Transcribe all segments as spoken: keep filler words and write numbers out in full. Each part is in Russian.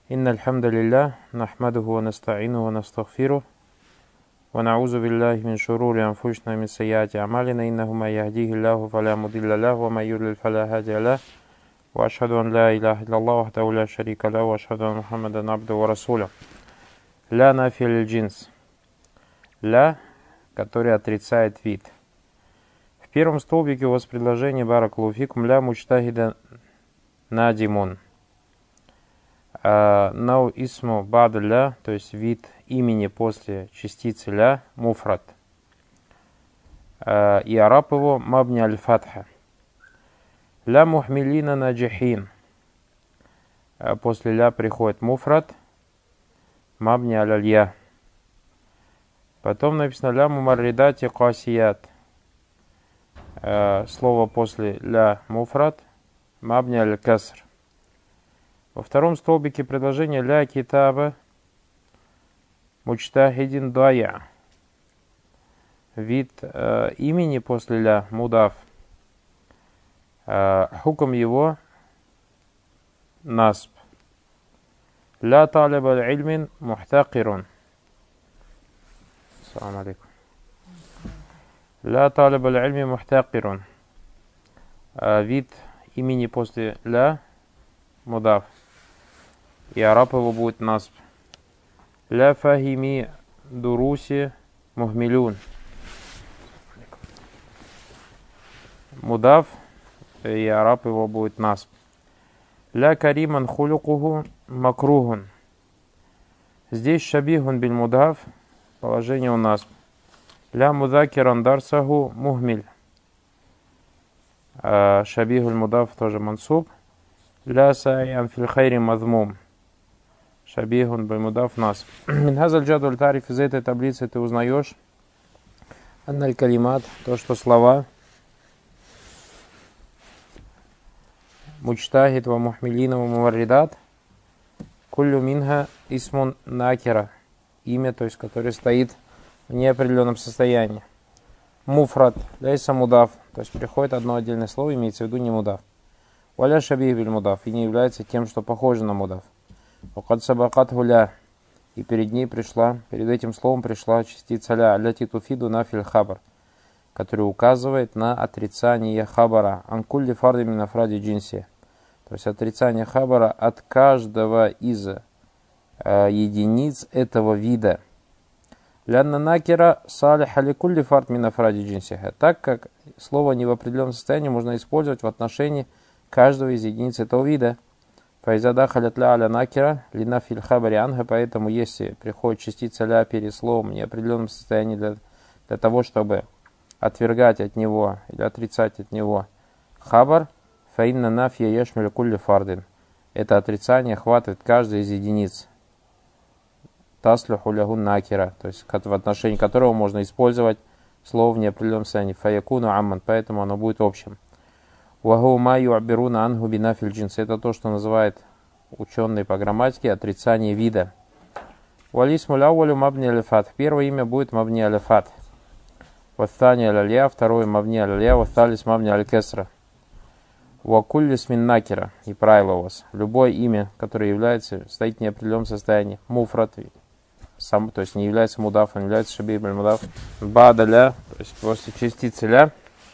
إن الحمد لله نحمده ونستعينه ونستغفره ونعوذ بالله من شرور أنفسنا ومن سيئات أعمالنا إنه من يهديه الله فلا مضل له ومن يضلل فلا هادي له وأشهد أن لا إله إلا الله وحده لا شريك له وأشهد أن محمدا عبده ورسوله. لا нафи ль-джинс. Ля, который отрицает вид. В первом столбике у вас предложение баракаллаху фикум ля мучтахида надимун. Нау исму ба'да ля, то есть вид имени после частицы ля, муфрад. И араб его мабни аль-фатха. Ля мухмилина наджихин. После ля приходит муфрад, мабни аль-алья. Потом написано ля мумарридати касият. Слово после ля муфрад, мабни аль-каср. Во втором столбике предложение ля китаба мучтахидин дая. Вид э, имени после ля мудаф. Э, хукм его насб. Ля талиб аль-ильмин мухтакирун. Ассаламу алейкум. Ля талиб аль-ильмин мухтакирун. Э, вид имени после ля мудаф. И араб его будет насб. Ля фахими дуруси мухмилюн. Мудаф, и араб его будет насб. Ля кариман хулюкуху макругун. Здесь шабихун биль мудаф, положение у насб. Ля мудакиран дарсаху мухмиль. Шабихуль мудаф тоже мансуб. Ля са'ян фил хайри мазмум. Шабихун баймудаф нас. Минхазаль джадуль тариф, из этой таблицы ты узнаешь анналь калимат, то, что слова мучтахид ва мухмилина ва муварридат куллю минха исмун накера, имя, то есть, которое стоит в неопределенном состоянии. Муфрад, ляйса мудаф, то есть приходит одно отдельное слово, имеется в виду не мудаф. Валя шабих биль мудаф, и не является тем, что похоже на мудаф. Вакад сабакат гуля, и перед ней пришла, перед этим словом пришла частица ля, ляти туфиду нафиль хабар, который указывает на отрицание хабара, анкулли фарди минафради джинси, то есть отрицание хабара от каждого из э, единиц этого вида. Лянна накера салиха ликулли фард минафради джинсиха, так как слово не в определенном состоянии можно использовать в отношении каждого из единиц этого вида. Файзада халят ля аля накера лина филь хабари анха, поэтому если приходит частица ля перед словом в неопределенном состоянии для, для того, чтобы отвергать от него или отрицать от него хабар, фаинна нафья яшмиль кулли фардин. Это отрицание охватывает каждый из единиц. Таслюху лягун накера, то есть в отношении которого можно использовать слово в неопределенном состоянии. Фаякуну амман, поэтому оно будет общим. Ваху маю абируна ангу бинафиль джинс. Это то, что называют ученые по грамматике отрицание вида. Валисму лауалю мабни алифат. Первое имя будет мабни алифат. Ваттани аль-алья. Второе мабни аль-алья. Ватталис мабни аль-кесра. Вакуллис мин накера. И правило у вас. Любое имя, которое является, стоит в неопределенном состоянии. Муфрат. Сам, то есть не является мудафом, не является шабиб аль-мудаф. Бада ля. То есть после частицы ля.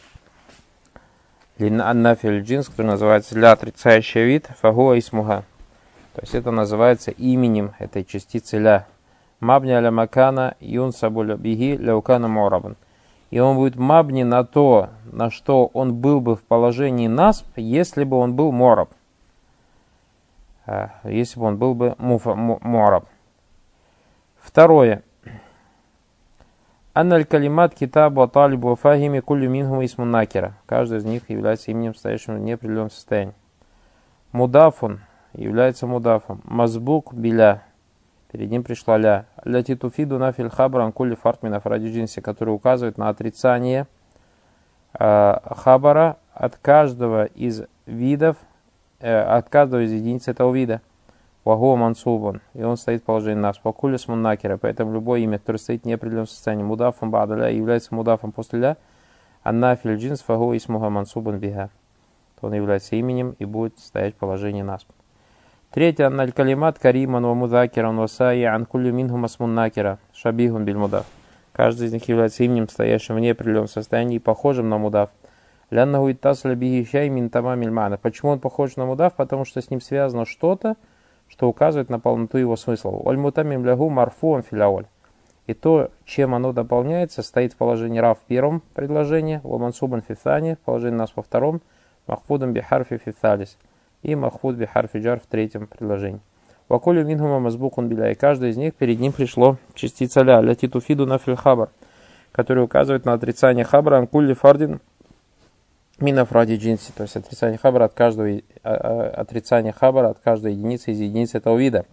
Аннафиль джинс, который называется ля отрицающий вид, фагуа исмуха. То есть это называется именем этой частицы ля. Мабни аля макана юн сабуля биги ляукана мурабан. И он будет мабни на то, на что он был бы в положении насб, если бы он был мураб. Если бы он был бы мураб. Второе. Анналь калимат китабу талибу фахими кулю минхум исмун накера. Каждый из них является именем, стоящим в неопределенном состоянии. Мудафун является мудафом. Мазбук биля. Перед ним пришла ля. Ляти туфиду нафиль хабаран кулли фарт минафради джинси, который указывает на отрицание э, хабара от каждого из видов, э, от каждого из единиц этого вида. Вагуа мансубан, и он стоит в положении нас. Покулис муннакера, поэтому любое имя, которое стоит в неопределенном состоянии, мудафом ба'да ля, является мудафом после ля, аннафиль джинс фагуа исмуха мансубан биха. Он является именем и будет стоять в положении нас. Третье. Анналь калимат кариман ва мудакиран ва саи ан кулли минхум асмун накира шабихун биль мудаф. Каждый из них является именем, стоящим в неопределенном состоянии и похожим на мудаф. Ляннаху иттасля биhi шай мин тамамиль ма'на. Почему он похож на мудаф? Потому что с ним связано что-то, что указывает на полноту его смысла. Оль мутамим лягу марфуам филаоль. И то, чем оно дополняется, стоит в положении рав в первом предложении, ва мансубан фифтани, в положении нас во втором, махфудам бихарфи фифталис и махфуд бихарфи джар в третьем предложении. Вакулю минхума мазбукун биля. И каждый из них перед ним пришло частица ля, ля титуфиду на фильхабар, который указывает на отрицание хабара анкулли фардин минафради джинси, то есть отрицание хабара от каждого, отрицание хабара от каждой единицы из единиц этого вида.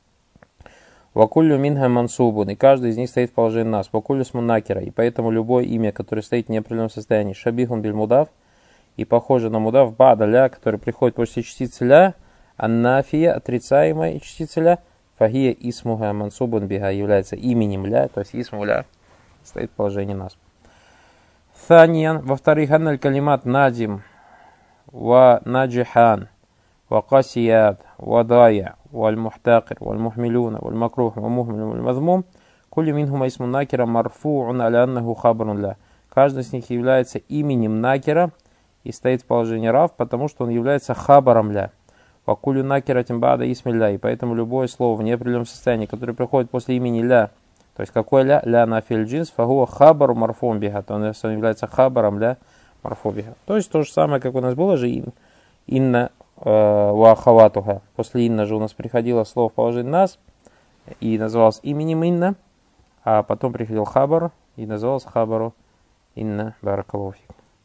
Вакулю минха мансубун, и каждый из них стоит в положении нас. Вакулю смунакера, и поэтому любое имя, которое стоит в неопределенном состоянии, шабихун биль мудав, и похоже на мудав, бада ля, который приходит после частицы ля, аннафия, отрицаемая частица ля, фахия исмуха мансубун биха, является именем ля, то есть исму ля стоит в положении нас. Thaniyan, во-вторых, анналь калимат надим, ва наджихан, ва касият, ва дая, ва аль-мухтакир, ва аль-мухмилуна, ва аль-макрух, ва мухмилун, ва аль-мазмум, кулли минхума исмун накера марфу'ун аля аннаху хабарун ля. Каждый из них является именем накера и стоит в положении рав, потому что он является хабаром ля. Ва кулю накера тимбада исми ля, и поэтому любое слово в неопределенном состоянии, которое приходит после имени ля, то есть какой ля? Ля на филь джинс, фагуа хабару марфум биха, то он является хабаром ля марфу биха. То есть то же самое, как у нас было же инна ва хаватуха. После инна же у нас приходило слово в положении нас и называлось именем инна, а потом приходил хабар и называлось хабару инна баракалуфик.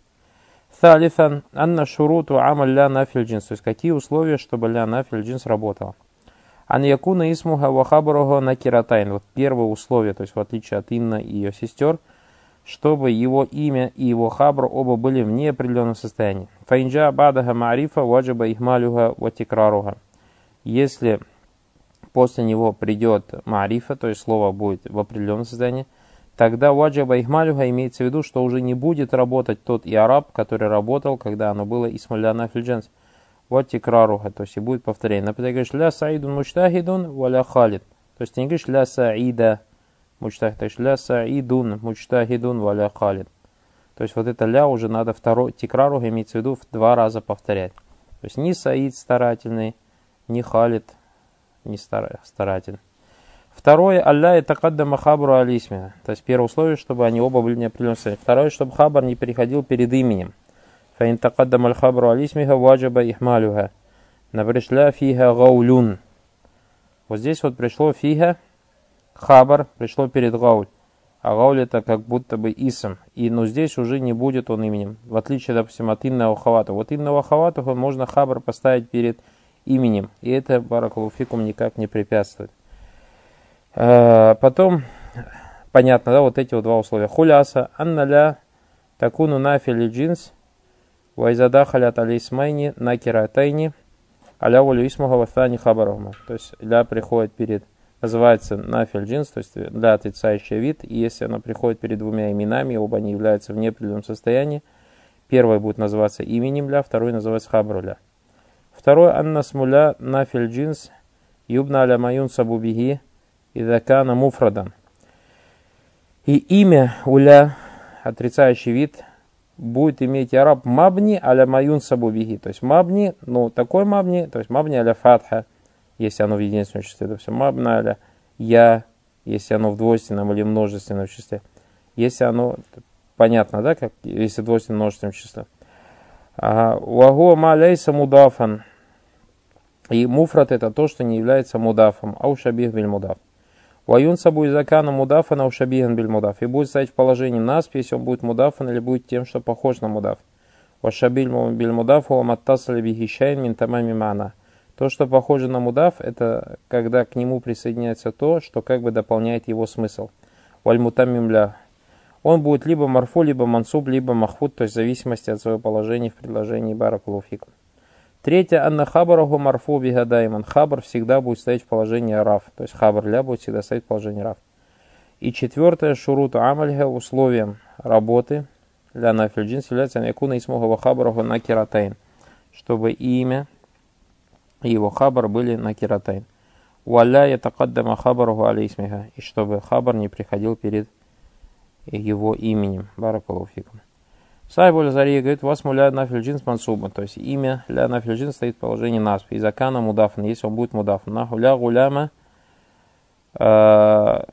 Салифан анна шуруту амаль ля на филь джинс. То есть какие условия, чтобы ля на филь джинс работала? Ан якуна исмуха ва хабаруха накиратайн. Вот первое условие, то есть в отличие от Инна и ее сестер, чтобы его имя и его хабр оба были в неопределенном состоянии. Фаинджа бадаха маарифа ваджаба ихмалюха ва тикраруха. Если после него придет маарифа, то есть слово будет в определенном состоянии, тогда ваджаба ихмалюха имеется в виду, что уже не будет работать тот иараб, который работал, когда оно было исмаля на фильджанс. Вот тикраруха, то есть и будет повторение. Например, ты говоришь ля саидун мучтахидун валя халид. То есть ты не говоришь ля саида мучтахид, то есть ля саидун мучтахидун валя халид. То есть вот это ля уже надо второй тикраруха, имеется в виду в два раза повторять. То есть ни саид старательный, ни халид не старательный. Второе, алля и такаддама хабру алисме. То есть первое условие, чтобы они оба были неопределенные. Второе, чтобы хабар не переходил перед именем. Фаин такаддам аль-хабру алисмиха ваджаба ихмалюха. Например, ля фиха гаулюн. Вот здесь вот пришло фиха, хабар, пришло перед гауль. А гауль это как будто бы исм. И, но здесь уже не будет он именем. В отличие, допустим, от инна хавату. Вот инна хавату можно хабар поставить перед именем. И это, баракалуфикум, никак не препятствует. А, потом, понятно, да, вот эти вот два условия. Хуляса, анна ля такуну нафили джинс. Вайзадахалят алисмайни накиратайни аля волю исмуха вафани хабарахма. То есть ля приходит перед, называется нафиль джинс, то есть ля отрицающий вид, и если она приходит перед двумя именами, оба они являются в неопределенном состоянии, первое будет называться именем ля, второе называется хабару ля. Второе, анна смуля нафиль джинс юбна аля маюн сабубихи идакана муфрадан. И имя у ля, отрицающий вид, будет иметь араб мабни аля маюн сабубихи. То есть мабни, ну такой мабни, то есть мабни аля фатха, если оно в единственном числе, то все мабна аля я, если оно в двойственном или множественном числе. Если оно, понятно, да, как если в двойственном множественном числе. Вагуа ма ляйса мудафан. И муфрат это то, что не является мудафом, ау шабих биль мудаф. Ваюн сабу изакана мудафан ау шабихан биль мудаф. И будет стоять в положении насп, если он будет мудафан или будет тем, что похож на мудаф. Вашабиль биль мудаф уаматтасали бихишайн мин тамами мана. То, что похоже на мудаф, это когда к нему присоединяется то, что как бы дополняет его смысл. Валь мутаммим ля. Он будет либо марфу, либо мансуб, либо махфуд, то есть в зависимости от своего положения в предложении баракулуфик. Третье, анна хабараху марфу биха дайман. Хабар всегда будет стоять в положении раф. То есть хабар ля будет всегда стоять в положении раф. И четвертое, шуруту амальха, условием работы для нафиль джинс является якуна исмуха ва хабараху накиратайн. Чтобы имя и его хабар были накиратайн. Уалля ятакаддама хабаруху аля исмиха. И чтобы хабар не приходил перед его именем. Баракаллаху фикум. Сайбуль Зария говорит, вас муля нафиль джинс мансуба. То есть имя ля нафиль джинс стоит в положении насб. И закана мудафан, если он будет мудафан. Наху ля гуляма ля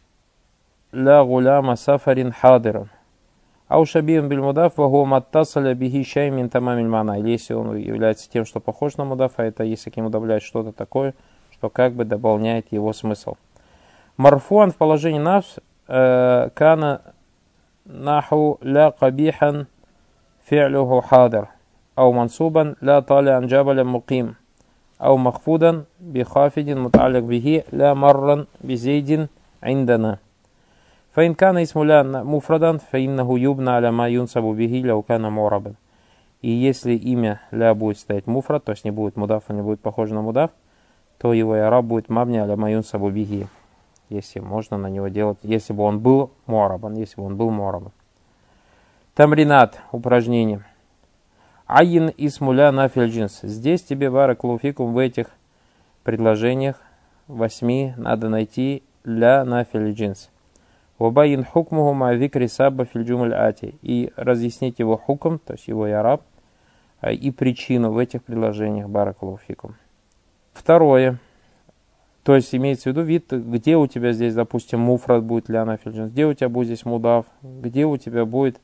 гуляма сафарин хадиран. Ау шабием биль мудаф вагу маттасаля бихи шай мин тамамиль мана. Или если он является тем, что похож на мудаф, а это если к нему добавляют что-то такое, что как бы дополняет его смысл. Марфуан в положении нафс кана наху ля кабихан фи'люху хадир. Ау мансубан ля таля анджабаля муким. Ау махфудан бихафидин муталик бихи ля марран бизейдин индана. فإن كان اسم لا مفردا فإنه يبنى على ما ينسب به لو كان معربا. И если имя ля будет стоять муфрад, то есть не будет мудаф, не будет похоже на мудаф, то его яраб будет мабни аля ма юнсабу бихи. Если можно на него делать, если бы он был муарабан, если бы он был муарабан. Тамринат, упражнение. Айин исмуля нафиль джинс. Здесь тебе, баракаллаху фикум, в этих предложениях восьми надо найти ля нафиль джинс. Вабайин хукмуху ма викри сабба филь джумаль ати. И разъяснить его хукм, то есть его яраб, и причину в этих предложениях, баракаллаху фикум. Второе. То есть имеется в виду вид, где у тебя здесь, допустим, муфрад будет ля нафиль джинс, где у тебя будет здесь мудав, где у тебя будет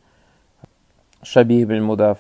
шабих биль мудав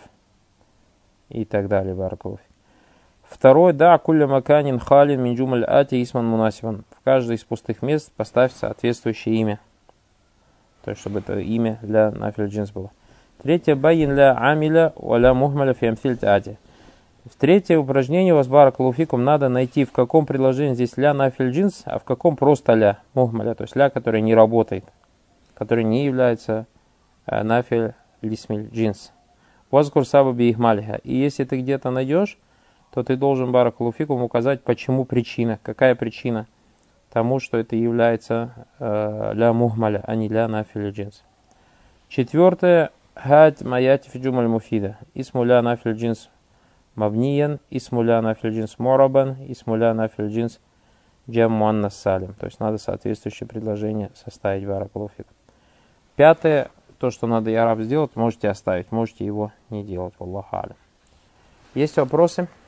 и так далее, баракаллаху фикум. Второе, да, кулля маканин халин мин джумаль ати исман мунасиван. В каждое из пустых мест поставь соответствующее имя. То есть, чтобы это имя для нафиль джинс было. Третье, байин ля амиля валя мухмаля фиамфиль ати. В третье упражнение у вас, баракаллаху фикум, надо найти, в каком предложении здесь ля нафиль джинс, а в каком просто ля мухмаля, то есть ля, который не работает, который не является э, нафиль лисмиль джинс. Вазкур сабаби ихмалиха. И если ты где-то найдешь, то ты должен, баракаллаху фикум, указать, почему причина, какая причина тому, что это является э, ля мухмаля, а не ля нафиль джинс. Четвертое, хад маяти фиджумаль муфида. Исму ля нафиль джинс мабниян, исму ля нафиль джинс мурабан, исму ля нафиль джинс джам муаннас салим. То есть надо соответствующее предложение составить, баракаллаху фикум. Пятое, то, что надо яраб сделать, можете оставить, можете его не делать. Валлаху алям. Есть вопросы?